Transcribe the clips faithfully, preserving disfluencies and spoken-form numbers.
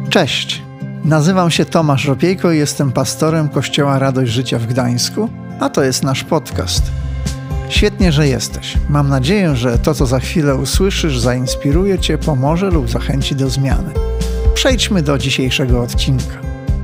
Cześć, nazywam się Tomasz Ropiejko i jestem pastorem Kościoła Radość Życia w Gdańsku, a to jest nasz podcast. Świetnie, że jesteś. Mam nadzieję, że to, co za chwilę usłyszysz, zainspiruje Cię, pomoże lub zachęci do zmiany. Przejdźmy do dzisiejszego odcinka.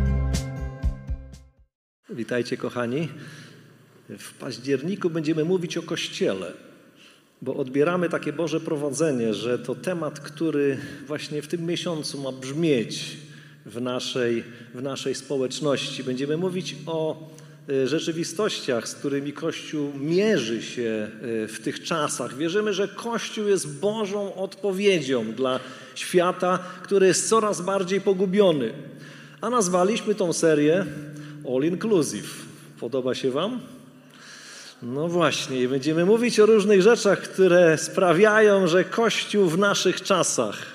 Witajcie, kochani. W październiku będziemy mówić o Kościele, bo odbieramy takie Boże prowadzenie, że to temat, który właśnie w tym miesiącu ma brzmieć w naszej, w naszej społeczności. Będziemy mówić o rzeczywistościach, z którymi Kościół mierzy się w tych czasach. Wierzymy, że Kościół jest Bożą odpowiedzią dla świata, który jest coraz bardziej pogubiony. A nazwaliśmy tą serię All Inclusive. Podoba się Wam? No właśnie, i będziemy mówić o różnych rzeczach, które sprawiają, że Kościół w naszych czasach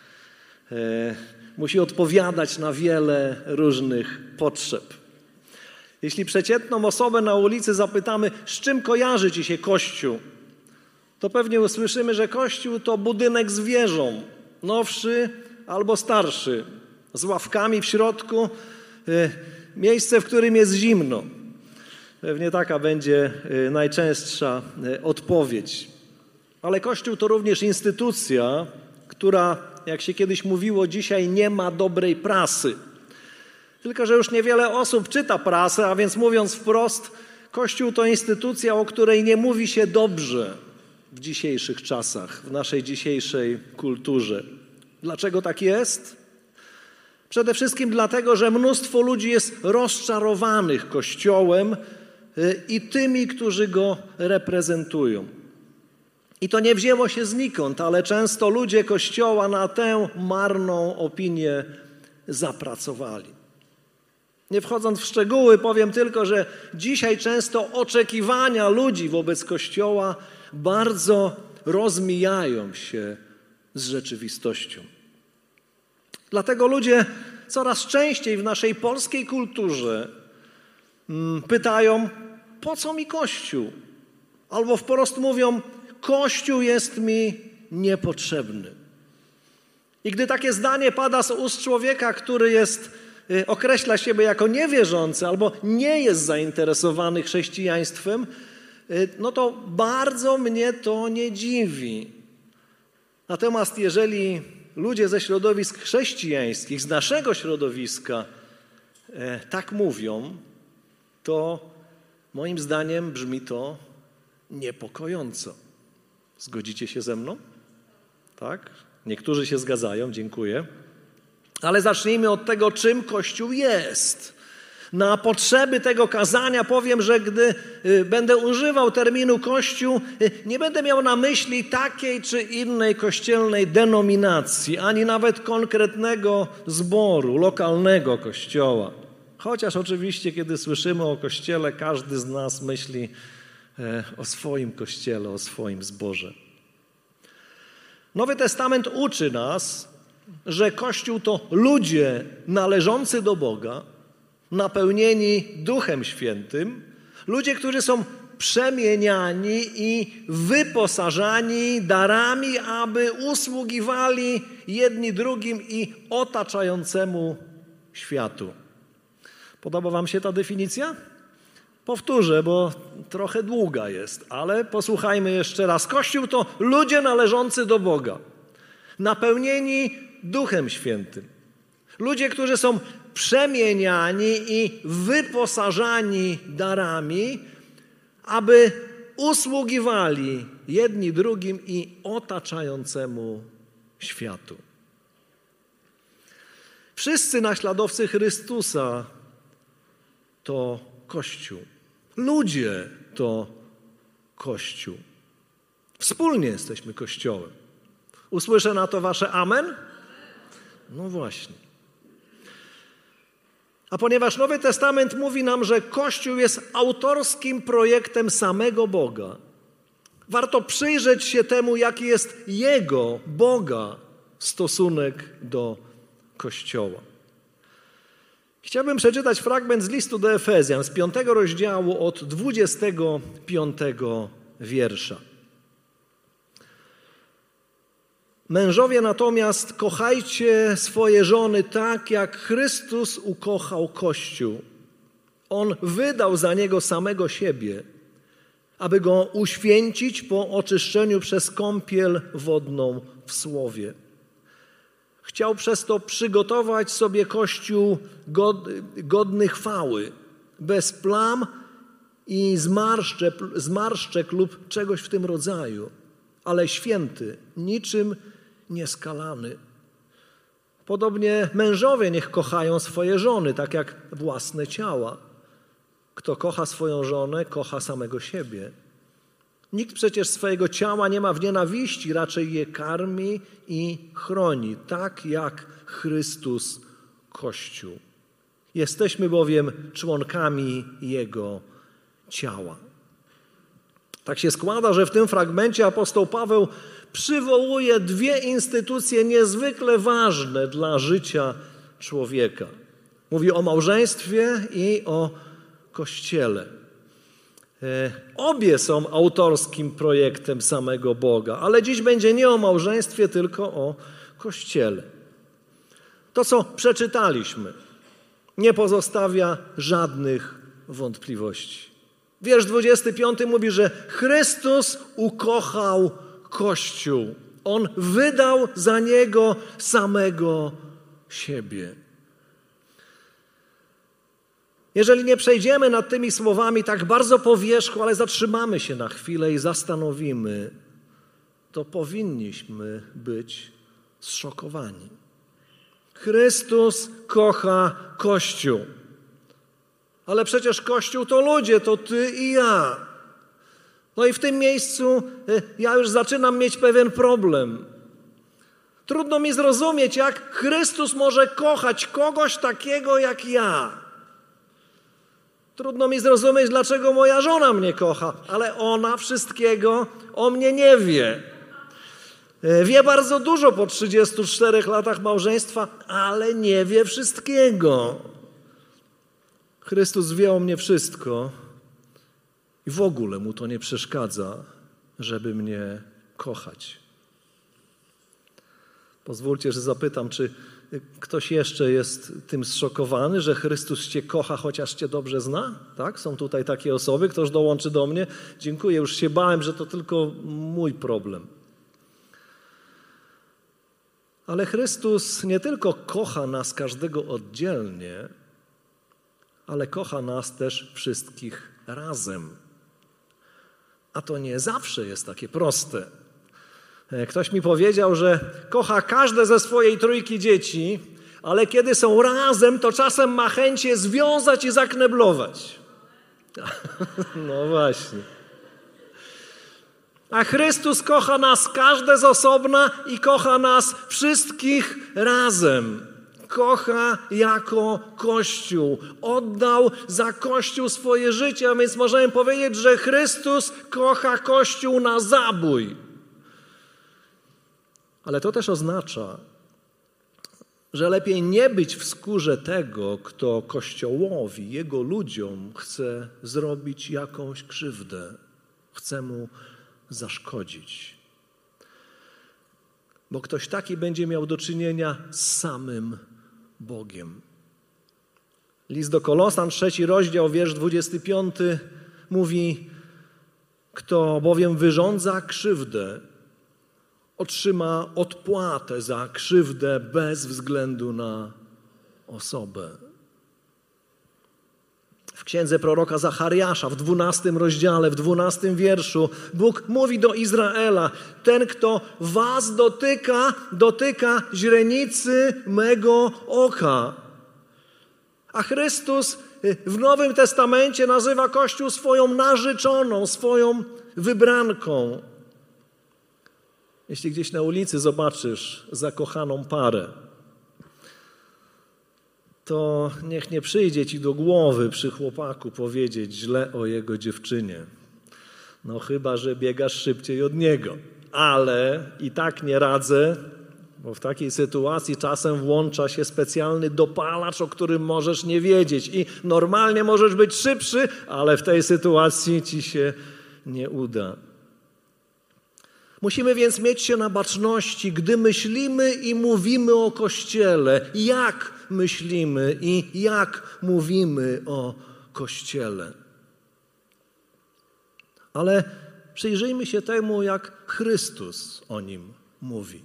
e, musi odpowiadać na wiele różnych potrzeb. Jeśli przeciętną osobę na ulicy zapytamy, z czym kojarzy Ci się Kościół, to pewnie usłyszymy, że Kościół to budynek z wieżą, nowszy albo starszy, z ławkami w środku, e, miejsce, w którym jest zimno. Pewnie taka będzie najczęstsza odpowiedź. Ale Kościół to również instytucja, która, jak się kiedyś mówiło, dzisiaj nie ma dobrej prasy. Tylko że już niewiele osób czyta prasę, a więc mówiąc wprost, Kościół to instytucja, o której nie mówi się dobrze w dzisiejszych czasach, w naszej dzisiejszej kulturze. Dlaczego tak jest? Przede wszystkim dlatego, że mnóstwo ludzi jest rozczarowanych Kościołem i tymi, którzy go reprezentują. I to nie wzięło się znikąd, ale często ludzie Kościoła na tę marną opinię zapracowali. Nie wchodząc w szczegóły, powiem tylko, że dzisiaj często oczekiwania ludzi wobec Kościoła bardzo rozmijają się z rzeczywistością. Dlatego ludzie coraz częściej w naszej polskiej kulturze pytają, po co mi Kościół? Albo wprost mówią, Kościół jest mi niepotrzebny. I gdy takie zdanie pada z ust człowieka, który jest, określa siebie jako niewierzący albo nie jest zainteresowany chrześcijaństwem, no to bardzo mnie to nie dziwi. Natomiast jeżeli ludzie ze środowisk chrześcijańskich, z naszego środowiska e, tak mówią, to moim zdaniem brzmi to niepokojąco. Zgodzicie się ze mną? Tak? Niektórzy się zgadzają, dziękuję. Ale zacznijmy od tego, czym Kościół jest. Na potrzeby tego kazania powiem, że gdy y, będę używał terminu Kościół, y, nie będę miał na myśli takiej czy innej kościelnej denominacji, ani nawet konkretnego zboru, lokalnego kościoła. Chociaż oczywiście, kiedy słyszymy o Kościele, każdy z nas myśli y, o swoim Kościele, o swoim zborze. Nowy Testament uczy nas, że Kościół to ludzie należący do Boga, napełnieni Duchem Świętym, ludzie, którzy są przemieniani i wyposażani darami, aby usługiwali jedni drugim i otaczającemu światu. Podoba Wam się ta definicja? Powtórzę, bo trochę długa jest, ale posłuchajmy jeszcze raz. Kościół to ludzie należący do Boga, napełnieni Duchem Świętym. Ludzie, którzy są przemieniani i wyposażani darami, aby usługiwali jedni drugim i otaczającemu światu. Wszyscy naśladowcy Chrystusa to Kościół. Ludzie to Kościół. Wspólnie jesteśmy Kościołem. Usłyszę na to wasze amen? No właśnie. A ponieważ Nowy Testament mówi nam, że Kościół jest autorskim projektem samego Boga, warto przyjrzeć się temu, jaki jest Jego, Boga, stosunek do Kościoła. Chciałbym przeczytać fragment z listu do Efezjan, z piątego rozdziału od dwudziestego piątego wiersza. Mężowie natomiast kochajcie swoje żony tak, jak Chrystus ukochał Kościół. On wydał za niego samego siebie, aby go uświęcić po oczyszczeniu przez kąpiel wodną w Słowie. Chciał przez to przygotować sobie Kościół godny chwały, bez plam i zmarszczek, zmarszczek lub czegoś w tym rodzaju, ale święty, niczym nieskalany. Podobnie mężowie niech kochają swoje żony, tak jak własne ciała. Kto kocha swoją żonę, kocha samego siebie. Nikt przecież swojego ciała nie ma w nienawiści, raczej je karmi i chroni, tak jak Chrystus Kościół. Jesteśmy bowiem członkami Jego ciała. Tak się składa, że w tym fragmencie apostoł Paweł przywołuje dwie instytucje niezwykle ważne dla życia człowieka. Mówi o małżeństwie i o Kościele. Obie są autorskim projektem samego Boga, ale dziś będzie nie o małżeństwie, tylko o Kościele. To, co przeczytaliśmy, nie pozostawia żadnych wątpliwości. Wiersz dwudziesty piąty mówi, że Chrystus ukochał Kościół. On wydał za niego samego siebie. Jeżeli nie przejdziemy nad tymi słowami tak bardzo po wierzchu, ale zatrzymamy się na chwilę i zastanowimy, to powinniśmy być zszokowani. Chrystus kocha Kościół. Ale przecież Kościół to ludzie, to ty i ja. No i w tym miejscu ja już zaczynam mieć pewien problem. Trudno mi zrozumieć, jak Chrystus może kochać kogoś takiego jak ja. Trudno mi zrozumieć, dlaczego moja żona mnie kocha, ale ona wszystkiego o mnie nie wie. Wie bardzo dużo po trzydziestu czterech latach małżeństwa, ale nie wie wszystkiego. Chrystus wie o mnie wszystko i w ogóle mu to nie przeszkadza, żeby mnie kochać. Pozwólcie, że zapytam, czy ktoś jeszcze jest tym zszokowany, że Chrystus cię kocha, chociaż cię dobrze zna? Tak? Są tutaj takie osoby, ktoś dołączy do mnie. Dziękuję, już się bałem, że to tylko mój problem. Ale Chrystus nie tylko kocha nas każdego oddzielnie, ale kocha nas też wszystkich razem. A to nie zawsze jest takie proste. Ktoś mi powiedział, że kocha każde ze swojej trójki dzieci, ale kiedy są razem, to czasem ma chęć je związać i zakneblować. No właśnie. A Chrystus kocha nas każde z osobna i kocha nas wszystkich razem. Kocha jako Kościół. Oddał za Kościół swoje życie, a więc możemy powiedzieć, że Chrystus kocha Kościół na zabój. Ale to też oznacza, że lepiej nie być w skórze tego, kto Kościołowi, jego ludziom chce zrobić jakąś krzywdę, chce mu zaszkodzić. Bo ktoś taki będzie miał do czynienia z samym Bogiem. List do Kolosan, trzeci rozdział, wiersz dwudziesty piąty mówi: kto bowiem wyrządza krzywdę, otrzyma odpłatę za krzywdę bez względu na osobę. W księdze proroka Zachariasza w dwunastym rozdziale, w dwunastym wierszu Bóg mówi do Izraela: ten, kto was dotyka, dotyka źrenicy mego oka. A Chrystus w Nowym Testamencie nazywa Kościół swoją narzeczoną, swoją wybranką. Jeśli gdzieś na ulicy zobaczysz zakochaną parę, to niech nie przyjdzie ci do głowy przy chłopaku powiedzieć źle o jego dziewczynie. No chyba że biegasz szybciej od niego. Ale i tak nie radzę, bo w takiej sytuacji czasem włącza się specjalny dopalacz, o którym możesz nie wiedzieć. I normalnie możesz być szybszy, ale w tej sytuacji ci się nie uda. Musimy więc mieć się na baczności, gdy myślimy i mówimy o Kościele. Jak myślimy i jak mówimy o Kościele. Ale przyjrzyjmy się temu, jak Chrystus o nim mówi.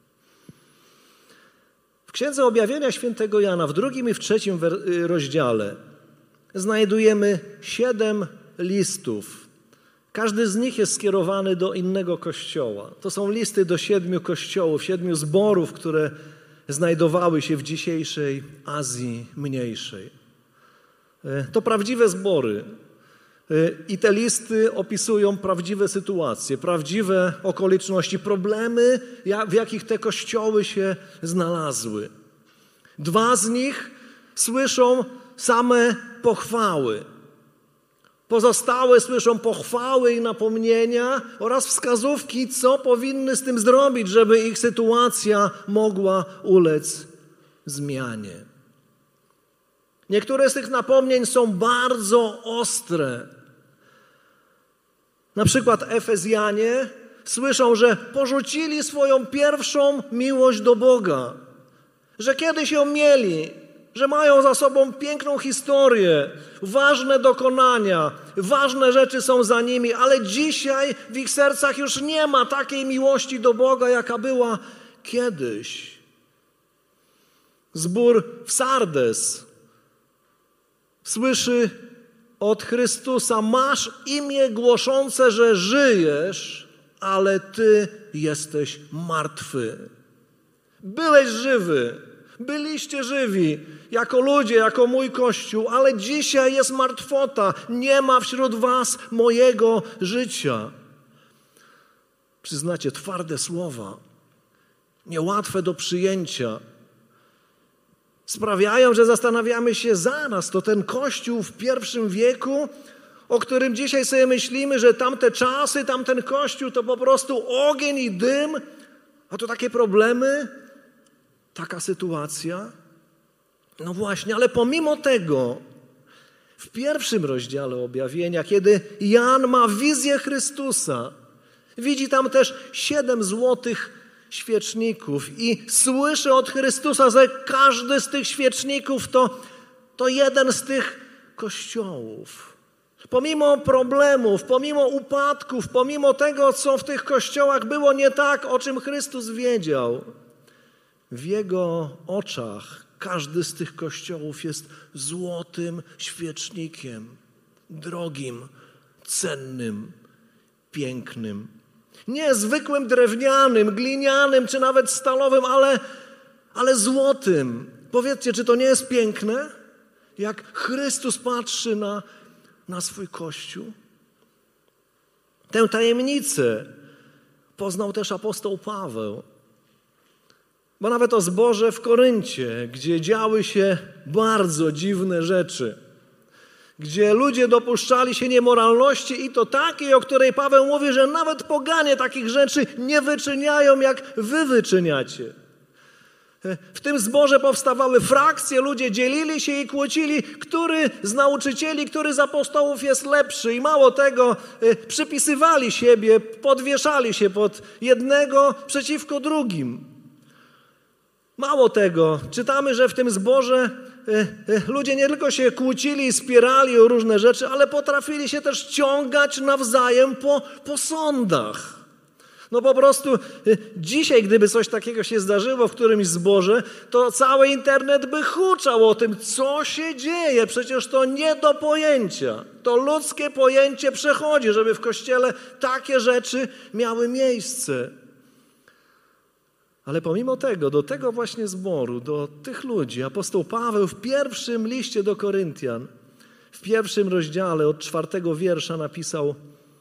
W Księdze Objawienia świętego Jana w drugim i w trzecim rozdziale znajdujemy siedem listów. Każdy z nich jest skierowany do innego kościoła. To są listy do siedmiu kościołów, siedmiu zborów, które znajdowały się w dzisiejszej Azji Mniejszej. To prawdziwe zbory. I te listy opisują prawdziwe sytuacje, prawdziwe okoliczności, problemy, w jakich te kościoły się znalazły. Dwa z nich słyszą same pochwały. Pozostałe słyszą pochwały i napomnienia oraz wskazówki, co powinny z tym zrobić, żeby ich sytuacja mogła ulec zmianie. Niektóre z tych napomnień są bardzo ostre. Na przykład Efezjanie słyszą, że porzucili swoją pierwszą miłość do Boga, że kiedyś ją mieli, że mają za sobą piękną historię, ważne dokonania, ważne rzeczy są za nimi, ale dzisiaj w ich sercach już nie ma takiej miłości do Boga, jaka była kiedyś. Zbór w Sardes słyszy od Chrystusa: masz imię głoszące, że żyjesz, ale ty jesteś martwy. Byłeś żywy, byliście żywi jako ludzie, jako mój Kościół, ale dzisiaj jest martwota. Nie ma wśród was mojego życia. Przyznacie, twarde słowa, niełatwe do przyjęcia, sprawiają, że zastanawiamy się zaraz, to ten Kościół w pierwszym wieku, o którym dzisiaj sobie myślimy, że tamte czasy, tamten Kościół to po prostu ogień i dym, a to takie problemy, taka sytuacja. No właśnie, ale pomimo tego w pierwszym rozdziale Objawienia, kiedy Jan ma wizję Chrystusa, widzi tam też siedem złotych świeczników i słyszy od Chrystusa, że każdy z tych świeczników to, to jeden z tych kościołów. Pomimo problemów, pomimo upadków, pomimo tego, co w tych kościołach było nie tak, o czym Chrystus wiedział, w Jego oczach każdy z tych kościołów jest złotym świecznikiem, drogim, cennym, pięknym. Nie zwykłym drewnianym, glinianym czy nawet stalowym, ale, ale złotym. Powiedzcie, czy to nie jest piękne? Jak Chrystus patrzy na, na swój Kościół. Tę tajemnicę poznał też apostoł Paweł. Bo nawet o zborze w Koryncie, gdzie działy się bardzo dziwne rzeczy, gdzie ludzie dopuszczali się niemoralności i to takiej, o której Paweł mówi, że nawet poganie takich rzeczy nie wyczyniają, jak wy wyczyniacie. W tym zborze powstawały frakcje, ludzie dzielili się i kłócili, który z nauczycieli, który z apostołów jest lepszy. I mało tego, przypisywali siebie, podwieszali się pod jednego przeciwko drugim. Mało tego, czytamy, że w tym zborze ludzie nie tylko się kłócili i spierali o różne rzeczy, ale potrafili się też ciągać nawzajem po, po sądach. No po prostu dzisiaj, gdyby coś takiego się zdarzyło w którymś zborze, to cały internet by huczał o tym, co się dzieje. Przecież to nie do pojęcia. To ludzkie pojęcie przechodzi, żeby w Kościele takie rzeczy miały miejsce. Ale pomimo tego, do tego właśnie zboru, do tych ludzi, apostoł Paweł w pierwszym liście do Koryntian, w pierwszym rozdziale od czwartego wiersza napisał: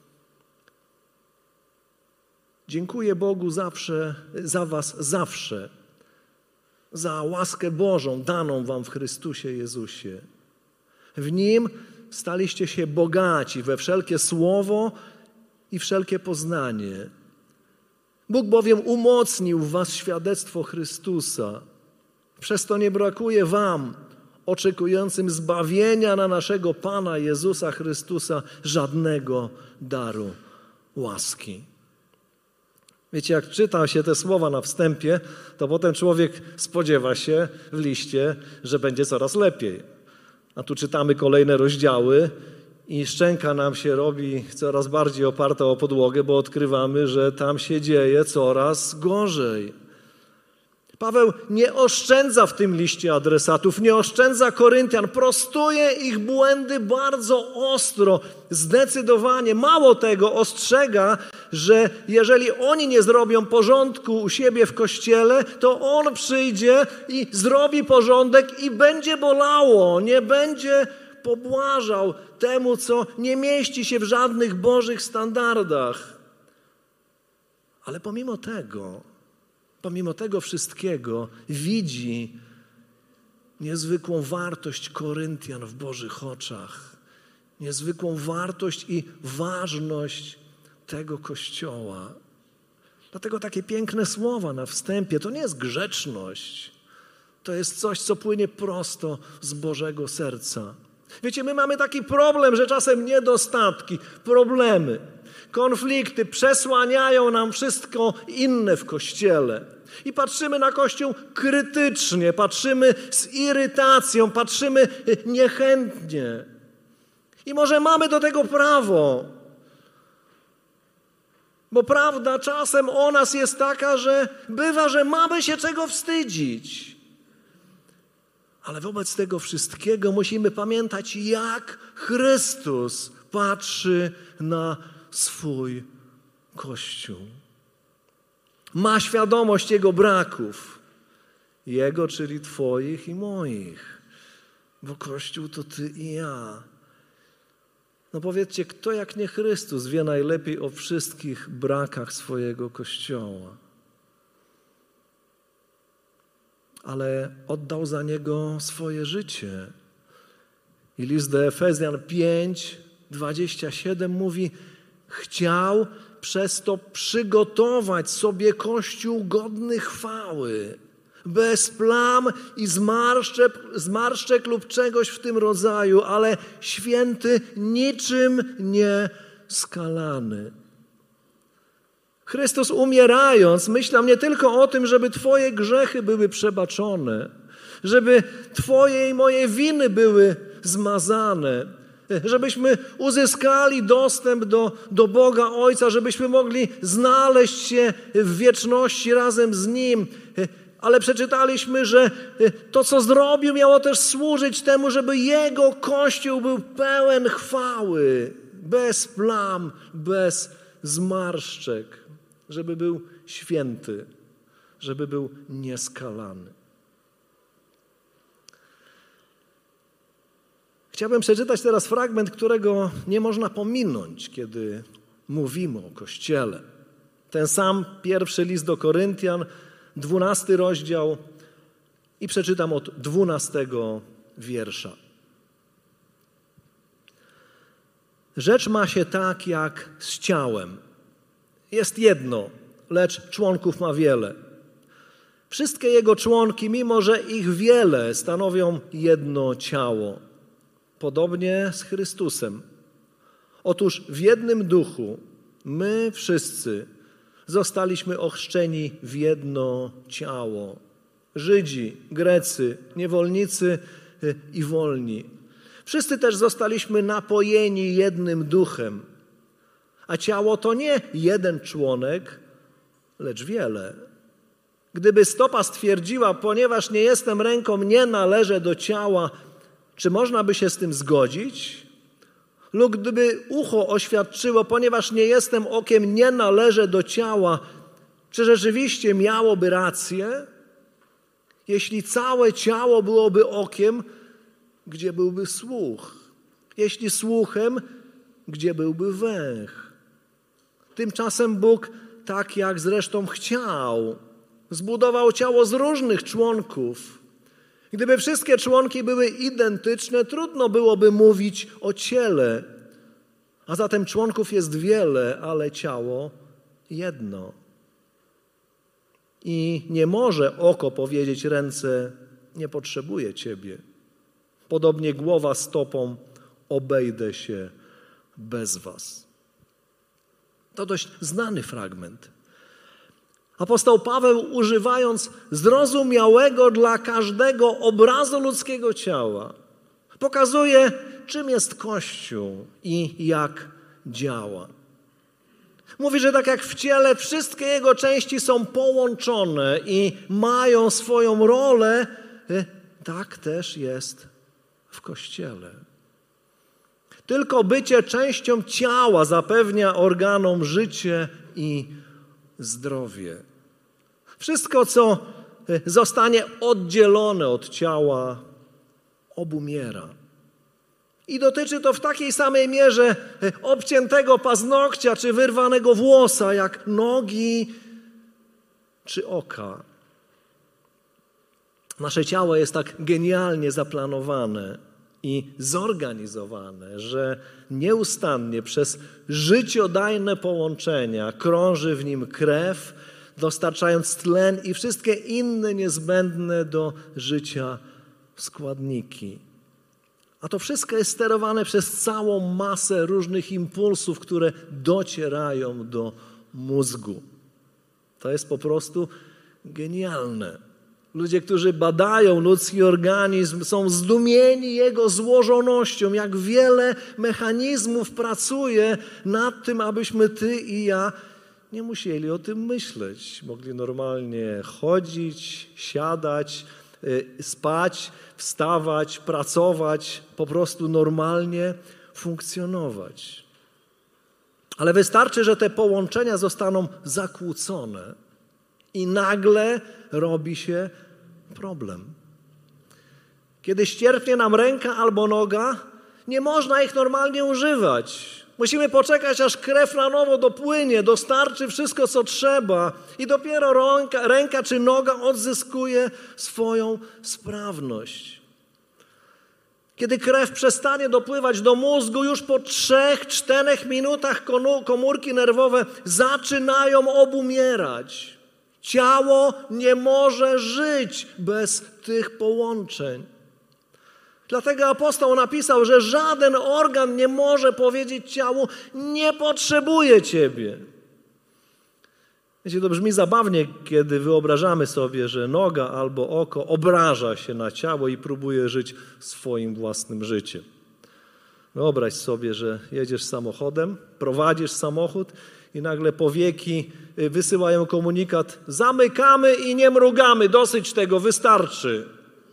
dziękuję Bogu zawsze, za was zawsze, za łaskę Bożą daną wam w Chrystusie Jezusie. W Nim staliście się bogaci we wszelkie słowo i wszelkie poznanie. Bóg bowiem umocnił w was świadectwo Chrystusa. Przez to nie brakuje wam, oczekującym zbawienia na naszego Pana Jezusa Chrystusa, żadnego daru łaski. Wiecie, jak czyta się te słowa na wstępie, to potem człowiek spodziewa się w liście, że będzie coraz lepiej. A tu czytamy kolejne rozdziały i szczęka nam się robi coraz bardziej oparta o podłogę, bo odkrywamy, że tam się dzieje coraz gorzej. Paweł nie oszczędza w tym liście adresatów, nie oszczędza Koryntian, prostuje ich błędy bardzo ostro, zdecydowanie. Mało tego, ostrzega, że jeżeli oni nie zrobią porządku u siebie w kościele, to on przyjdzie i zrobi porządek i będzie bolało, nie będzie pobłażał temu, co nie mieści się w żadnych bożych standardach. Ale pomimo tego, Pomimo tego wszystkiego widzi niezwykłą wartość Koryntian w Bożych oczach, niezwykłą wartość i ważność tego Kościoła. Dlatego takie piękne słowa na wstępie to nie jest grzeczność, to jest coś, co płynie prosto z Bożego serca. Wiecie, my mamy taki problem, że czasem niedostatki, problemy, konflikty przesłaniają nam wszystko inne w Kościele. I patrzymy na Kościół krytycznie, patrzymy z irytacją, patrzymy niechętnie. I może mamy do tego prawo. Bo prawda czasem o nas jest taka, że bywa, że mamy się czego wstydzić. Ale wobec tego wszystkiego musimy pamiętać, jak Chrystus patrzy na swój Kościół. Ma świadomość Jego braków. Jego, czyli Twoich i moich. Bo Kościół to Ty i ja. No powiedzcie, kto jak nie Chrystus wie najlepiej o wszystkich brakach swojego Kościoła? Ale oddał za niego swoje życie. I list do Efezjan pięć, dwadzieścia siedem mówi: chciał przez to przygotować sobie Kościół godny chwały, bez plam i zmarszczek, zmarszczek lub czegoś w tym rodzaju, ale święty, niczym nie skalany. Chrystus umierając myślał nie tylko o tym, żeby Twoje grzechy były przebaczone, żeby Twoje i moje winy były zmazane, żebyśmy uzyskali dostęp do, do Boga Ojca, żebyśmy mogli znaleźć się w wieczności razem z Nim. Ale przeczytaliśmy, że to, co zrobił, miało też służyć temu, żeby Jego Kościół był pełen chwały, bez plam, bez zmarszczek, żeby był święty, żeby był nieskalany. Chciałbym przeczytać teraz fragment, którego nie można pominąć, kiedy mówimy o Kościele. Ten sam pierwszy list do Koryntian, dwunasty rozdział i przeczytam od dwunastego wiersza. Rzecz ma się tak jak z ciałem. Jest jedno, lecz członków ma wiele. Wszystkie jego członki, mimo że ich wiele, stanowią jedno ciało. Podobnie z Chrystusem. Otóż w jednym duchu my wszyscy zostaliśmy ochrzczeni w jedno ciało. Żydzi, Grecy, niewolnicy i wolni. Wszyscy też zostaliśmy napojeni jednym duchem. A ciało to nie jeden członek, lecz wiele. Gdyby stopa stwierdziła, ponieważ nie jestem ręką, nie należę do ciała, czy można by się z tym zgodzić? Lub gdyby ucho oświadczyło, ponieważ nie jestem okiem, nie należę do ciała, czy rzeczywiście miałoby rację? Jeśli całe ciało byłoby okiem, gdzie byłby słuch? Jeśli słuchem, gdzie byłby węch? Tymczasem Bóg, tak jak zresztą chciał, zbudował ciało z różnych członków. Gdyby wszystkie członki były identyczne, trudno byłoby mówić o ciele. A zatem członków jest wiele, ale ciało jedno. I nie może oko powiedzieć ręce: nie potrzebuję Ciebie. Podobnie głowa stopą: obejdę się bez was. To dość znany fragment. Apostoł Paweł, używając zrozumiałego dla każdego obrazu ludzkiego ciała, pokazuje, czym jest Kościół i jak działa. Mówi, że tak jak w ciele wszystkie jego części są połączone i mają swoją rolę, tak też jest w Kościele. Tylko bycie częścią ciała zapewnia organom życie i zdrowie. Wszystko, co zostanie oddzielone od ciała, obumiera. I dotyczy to w takiej samej mierze obciętego paznokcia czy wyrwanego włosa, jak nogi czy oka. Nasze ciało jest tak genialnie zaplanowane i zorganizowane, że nieustannie przez życiodajne połączenia krąży w nim krew, dostarczając tlen i wszystkie inne niezbędne do życia składniki. A to wszystko jest sterowane przez całą masę różnych impulsów, które docierają do mózgu. To jest po prostu genialne. Ludzie, którzy badają ludzki organizm, są zdumieni jego złożonością, jak wiele mechanizmów pracuje nad tym, abyśmy ty i ja nie musieli o tym myśleć. Mogli normalnie chodzić, siadać, spać, wstawać, pracować, po prostu normalnie funkcjonować. Ale wystarczy, że te połączenia zostaną zakłócone i nagle robi się problem. Kiedy ścierpnie nam ręka albo noga, nie można ich normalnie używać. Musimy poczekać, aż krew na nowo dopłynie, dostarczy wszystko, co trzeba i dopiero ręka, ręka czy noga odzyskuje swoją sprawność. Kiedy krew przestanie dopływać do mózgu, już po trzech, czterech minutach komórki nerwowe zaczynają obumierać. Ciało nie może żyć bez tych połączeń. Dlatego apostoł napisał, że żaden organ nie może powiedzieć ciału: nie potrzebuję ciebie. Wiecie, to brzmi zabawnie, kiedy wyobrażamy sobie, że noga albo oko obraża się na ciało i próbuje żyć swoim własnym życiem. Wyobraź sobie, że jedziesz samochodem, prowadzisz samochód i nagle powieki wysyłają komunikat: zamykamy i nie mrugamy, dosyć tego, wystarczy.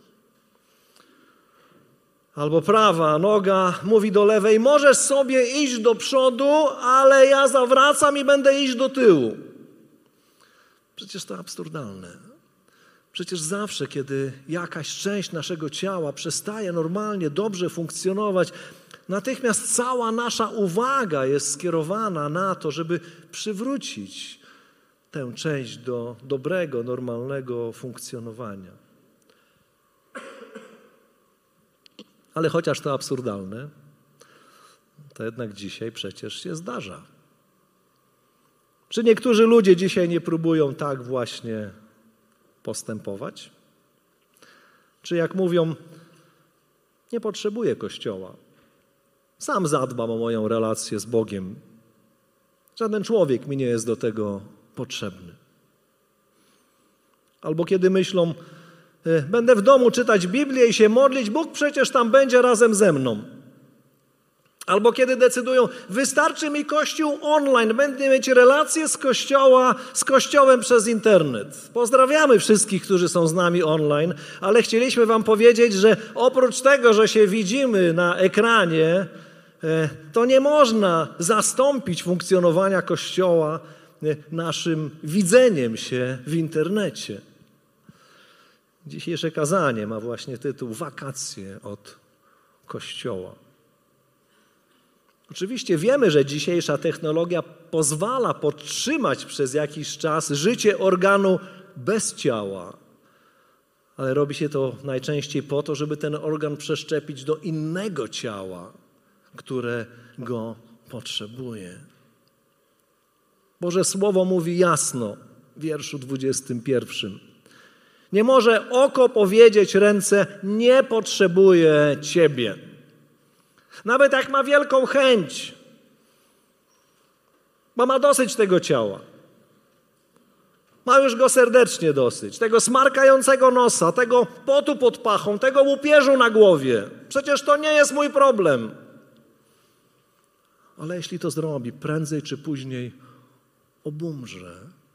Albo prawa noga mówi do lewej: możesz sobie iść do przodu, ale ja zawracam i będę iść do tyłu. Przecież to absurdalne. Przecież zawsze, kiedy jakaś część naszego ciała przestaje normalnie, dobrze funkcjonować, natychmiast cała nasza uwaga jest skierowana na to, żeby przywrócić tę część do dobrego, normalnego funkcjonowania. Ale chociaż to absurdalne, to jednak dzisiaj przecież się zdarza. Czy niektórzy ludzie dzisiaj nie próbują tak właśnie postępować? Czy jak mówią: nie potrzebuję Kościoła, sam zadbam o moją relację z Bogiem, żaden człowiek mi nie jest do tego potrzebny. Albo kiedy myślą: będę w domu czytać Biblię i się modlić, Bóg przecież tam będzie razem ze mną. Albo kiedy decydują: wystarczy mi Kościół online, będę mieć relację z, kościoła, z Kościołem przez internet. Pozdrawiamy wszystkich, którzy są z nami online, ale chcieliśmy wam powiedzieć, że oprócz tego, że się widzimy na ekranie, to nie można zastąpić funkcjonowania Kościoła naszym widzeniem się w internecie. Dzisiejsze kazanie ma właśnie tytuł: Wakacje od Kościoła. Oczywiście wiemy, że dzisiejsza technologia pozwala podtrzymać przez jakiś czas życie organu bez ciała, ale robi się to najczęściej po to, żeby ten organ przeszczepić do innego ciała, które go potrzebuje. Boże Słowo mówi jasno w wierszu dwudziestym pierwszym. Nie może oko powiedzieć ręce: nie potrzebuję ciebie. Nawet jak ma wielką chęć, bo ma dosyć tego ciała. Ma już go serdecznie dosyć. Tego smarkającego nosa, tego potu pod pachą, tego łupieżu na głowie. Przecież to nie jest mój problem. Ale jeśli to zrobi, prędzej czy później obumrze.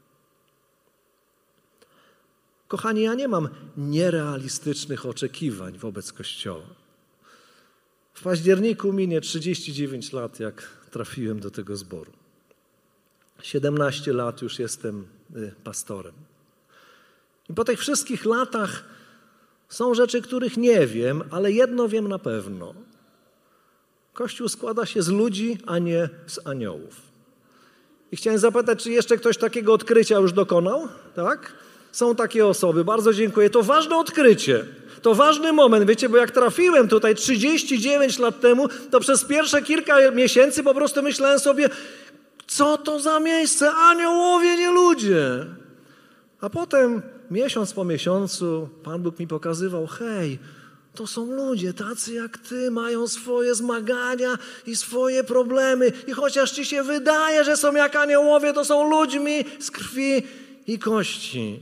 Kochani, ja nie mam nierealistycznych oczekiwań wobec Kościoła. W październiku minie trzydzieści dziewięć lat, jak trafiłem do tego zboru. siedemnaście lat już jestem pastorem. I po tych wszystkich latach są rzeczy, których nie wiem, ale jedno wiem na pewno. Kościół składa się z ludzi, a nie z aniołów. I chciałem zapytać, czy jeszcze ktoś takiego odkrycia już dokonał? Tak? Są takie osoby. Bardzo dziękuję. To ważne odkrycie. To ważny moment, wiecie, bo jak trafiłem tutaj trzydzieści dziewięć lat temu, to przez pierwsze kilka miesięcy po prostu myślałem sobie, co to za miejsce? Aniołowie, nie ludzie. A potem miesiąc po miesiącu Pan Bóg mi pokazywał, hej, to są ludzie tacy jak ty, mają swoje zmagania i swoje problemy. I chociaż ci się wydaje, że są jak aniołowie, to są ludźmi z krwi i kości.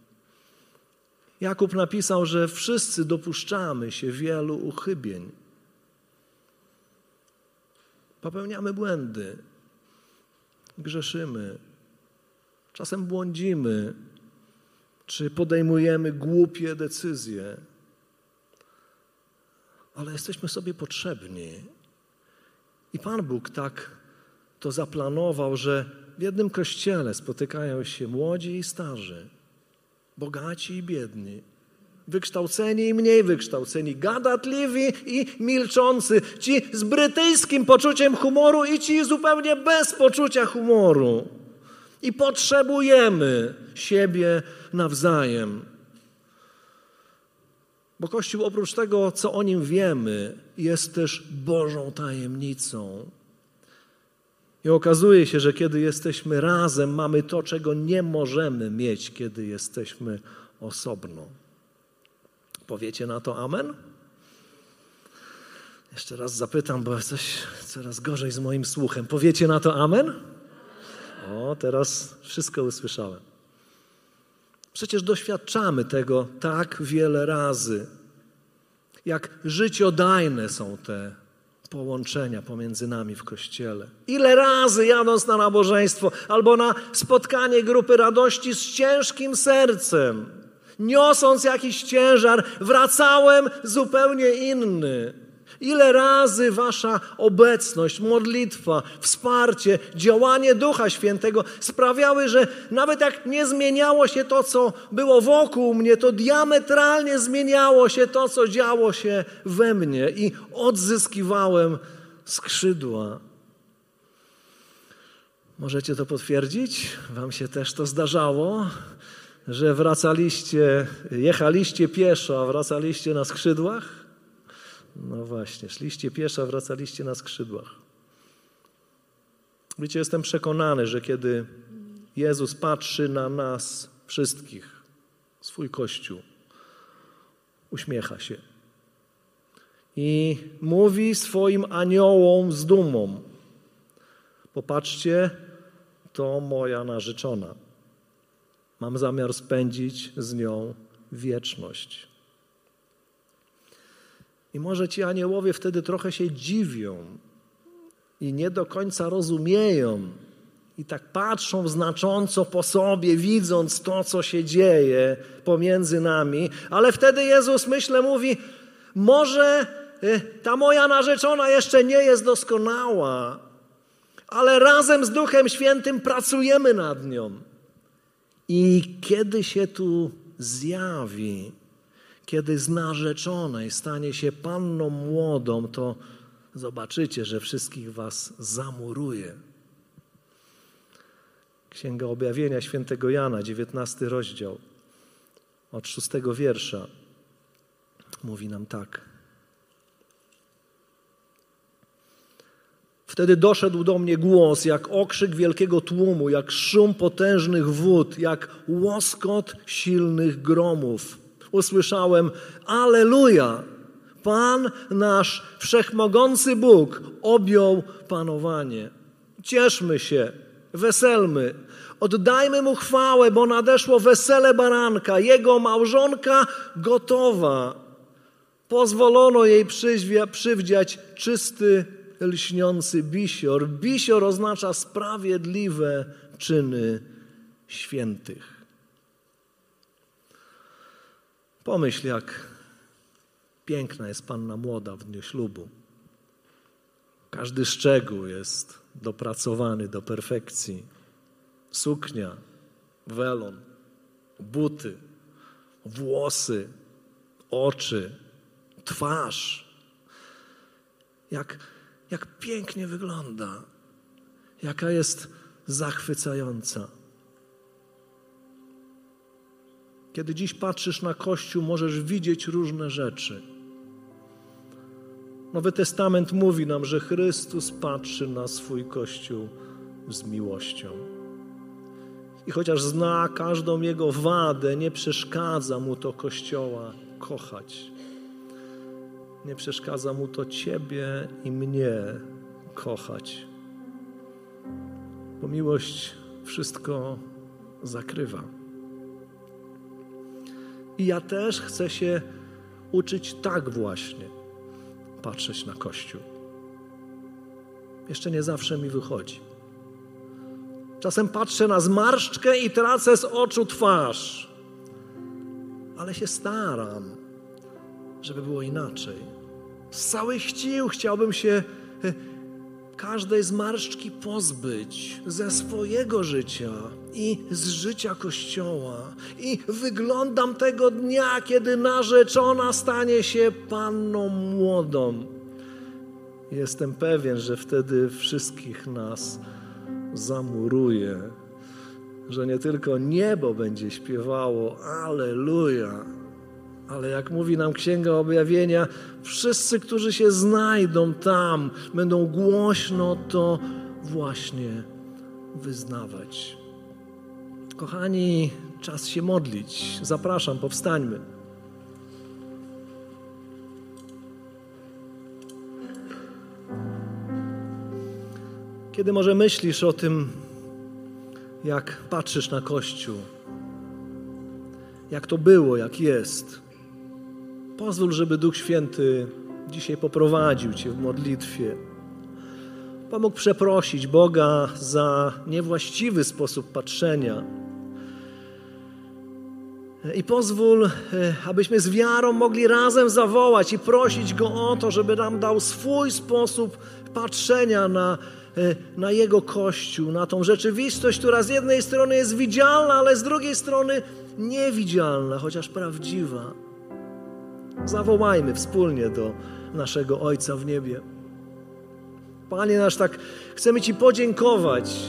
Jakub napisał, że wszyscy dopuszczamy się wielu uchybień. Popełniamy błędy. Grzeszymy, czasem błądzimy, czy podejmujemy głupie decyzje, ale jesteśmy sobie potrzebni. I Pan Bóg tak to zaplanował, że w jednym kościele spotykają się młodzi i starzy, bogaci i biedni, wykształceni i mniej wykształceni, gadatliwi i milczący, ci z brytyjskim poczuciem humoru i ci zupełnie bez poczucia humoru. I potrzebujemy siebie nawzajem. Bo Kościół oprócz tego, co o nim wiemy, jest też Bożą tajemnicą. I okazuje się, że kiedy jesteśmy razem, mamy to, czego nie możemy mieć, kiedy jesteśmy osobno. Powiecie na to amen? Jeszcze raz zapytam, bo coś coraz gorzej z moim słuchem. Powiecie na to amen? O, teraz wszystko usłyszałem. Przecież doświadczamy tego tak wiele razy. Jak życiodajne są te połączenia pomiędzy nami w Kościele. Ile razy jadąc na nabożeństwo albo na spotkanie grupy radości z ciężkim sercem, niosąc jakiś ciężar, wracałem zupełnie inny. Ile razy wasza obecność, modlitwa, wsparcie, działanie Ducha Świętego sprawiały, że nawet jak nie zmieniało się to, co było wokół mnie, to diametralnie zmieniało się to, co działo się we mnie i odzyskiwałem skrzydła. Możecie to potwierdzić? Wam się też to zdarzało? Że wracaliście, jechaliście pieszo, a wracaliście na skrzydłach? No właśnie, szliście pieszo, a wracaliście na skrzydłach. Wiecie, jestem przekonany, że kiedy Jezus patrzy na nas wszystkich, swój Kościół, uśmiecha się i mówi swoim aniołom z dumą: popatrzcie, to moja narzeczona. Mam zamiar spędzić z nią wieczność. I może ci aniołowie wtedy trochę się dziwią i nie do końca rozumieją i tak patrzą znacząco po sobie, widząc to, co się dzieje pomiędzy nami. Ale wtedy Jezus, myślę, mówi: może ta moja narzeczona jeszcze nie jest doskonała, ale razem z Duchem Świętym pracujemy nad nią. I kiedy się tu zjawi, kiedy z narzeczonej stanie się panną młodą, to zobaczycie, że wszystkich was zamuruje. Księga Objawienia świętego Jana, dziewiętnasty rozdział, od szóstego wiersza, mówi nam tak. Wtedy doszedł do mnie głos, jak okrzyk wielkiego tłumu, jak szum potężnych wód, jak łoskot silnych gromów. Usłyszałem: Alleluja! Pan nasz wszechmogący Bóg objął panowanie. Cieszmy się, weselmy. Oddajmy Mu chwałę, bo nadeszło wesele baranka. Jego małżonka gotowa. Pozwolono jej przywdziać czysty, lśniący bisior. Bisior oznacza sprawiedliwe czyny świętych. Pomyśl, jak piękna jest panna młoda w dniu ślubu. Każdy szczegół jest dopracowany do perfekcji. Suknia, welon, buty, włosy, oczy, twarz. Jak, jak pięknie wygląda. Jaka jest zachwycająca. Kiedy dziś patrzysz na Kościół, możesz widzieć różne rzeczy. Nowy Testament mówi nam, że Chrystus patrzy na swój Kościół z miłością. I chociaż zna każdą jego wadę, nie przeszkadza mu to Kościoła kochać. Nie przeszkadza mu to Ciebie i mnie kochać. Bo miłość wszystko zakrywa. I ja też chcę się uczyć tak właśnie patrzeć na Kościół. Jeszcze nie zawsze mi wychodzi. Czasem patrzę na zmarszczkę i tracę z oczu twarz. Ale się staram, żeby było inaczej. Z całych sił chciałbym się każdej zmarszczki pozbyć ze swojego życia i z życia Kościoła. I wyglądam tego dnia, kiedy narzeczona stanie się panną młodą. Jestem pewien, że wtedy wszystkich nas zamuruje, że nie tylko niebo będzie śpiewało Alleluja, ale jak mówi nam Księga Objawienia, wszyscy, którzy się znajdą tam, będą głośno to właśnie wyznawać. Kochani, czas się modlić. Zapraszam, powstańmy. Kiedy może myślisz o tym, jak patrzysz na Kościół, jak to było, jak jest, pozwól, żeby Duch Święty dzisiaj poprowadził Cię w modlitwie. Pomógł przeprosić Boga za niewłaściwy sposób patrzenia. I pozwól, abyśmy z wiarą mogli razem zawołać i prosić Go o to, żeby nam dał swój sposób patrzenia na, na Jego Kościół, na tą rzeczywistość, która z jednej strony jest widzialna, ale z drugiej strony niewidzialna, chociaż prawdziwa. Zawołajmy wspólnie do naszego Ojca w niebie. Panie nasz, tak chcemy Ci podziękować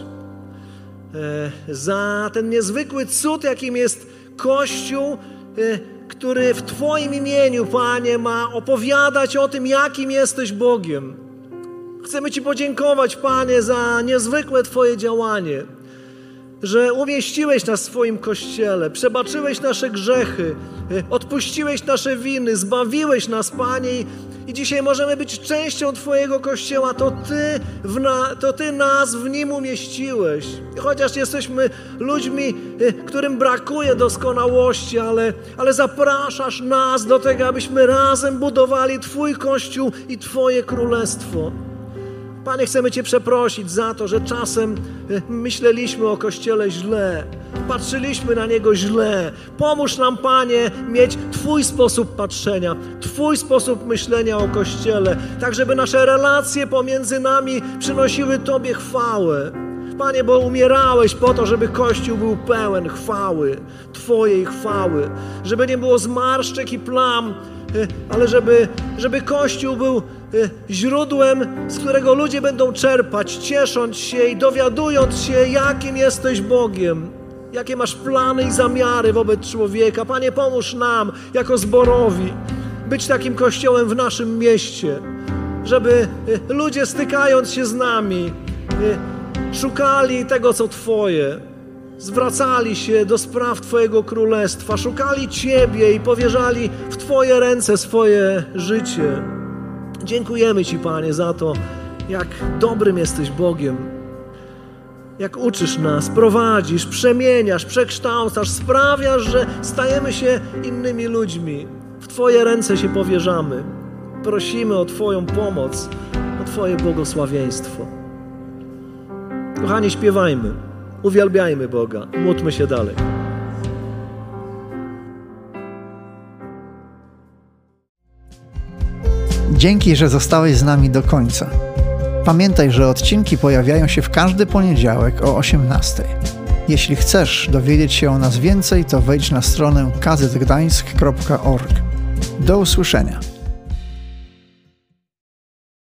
e, za ten niezwykły cud, jakim jest Kościół, e, który w Twoim imieniu, Panie, ma opowiadać o tym, jakim jesteś Bogiem. Chcemy Ci podziękować, Panie, za niezwykłe Twoje działanie, że umieściłeś nas w swoim Kościele, przebaczyłeś nasze grzechy, odpuściłeś nasze winy, zbawiłeś nas, Panie, i dzisiaj możemy być częścią Twojego Kościoła. To Ty, w na, to Ty nas w nim umieściłeś. I chociaż jesteśmy ludźmi, którym brakuje doskonałości, ale, ale zapraszasz nas do tego, abyśmy razem budowali Twój Kościół i Twoje Królestwo. Panie, chcemy Cię przeprosić za to, że czasem myśleliśmy o Kościele źle, patrzyliśmy na niego źle. Pomóż nam, Panie, mieć Twój sposób patrzenia, Twój sposób myślenia o Kościele, tak żeby nasze relacje pomiędzy nami przynosiły Tobie chwałę. Panie, bo umierałeś po to, żeby Kościół był pełen chwały, Twojej chwały, żeby nie było zmarszczek i plam, ale żeby, żeby Kościół był źródłem, z którego ludzie będą czerpać, ciesząc się i dowiadując się, jakim jesteś Bogiem, jakie masz plany i zamiary wobec człowieka. Panie, pomóż nam, jako zborowi, być takim Kościołem w naszym mieście, żeby ludzie, stykając się z nami, szukali tego, co Twoje, zwracali się do spraw Twojego Królestwa, szukali Ciebie i powierzali w Twoje ręce swoje życie. Dziękujemy Ci, Panie, za to, jak dobrym jesteś Bogiem. jak uczysz nas, prowadzisz, przemieniasz, przekształcasz, sprawiasz, że stajemy się innymi ludźmi. W Twoje ręce się powierzamy. Prosimy o Twoją pomoc, o Twoje błogosławieństwo. Kochani, śpiewajmy, uwielbiajmy Boga, módlmy się dalej. Dzięki, że zostałeś z nami do końca. Pamiętaj, że odcinki pojawiają się w każdy poniedziałek o osiemnastej. Jeśli chcesz dowiedzieć się o nas więcej, to wejdź na stronę kazetgdańsk kropka org. Do usłyszenia.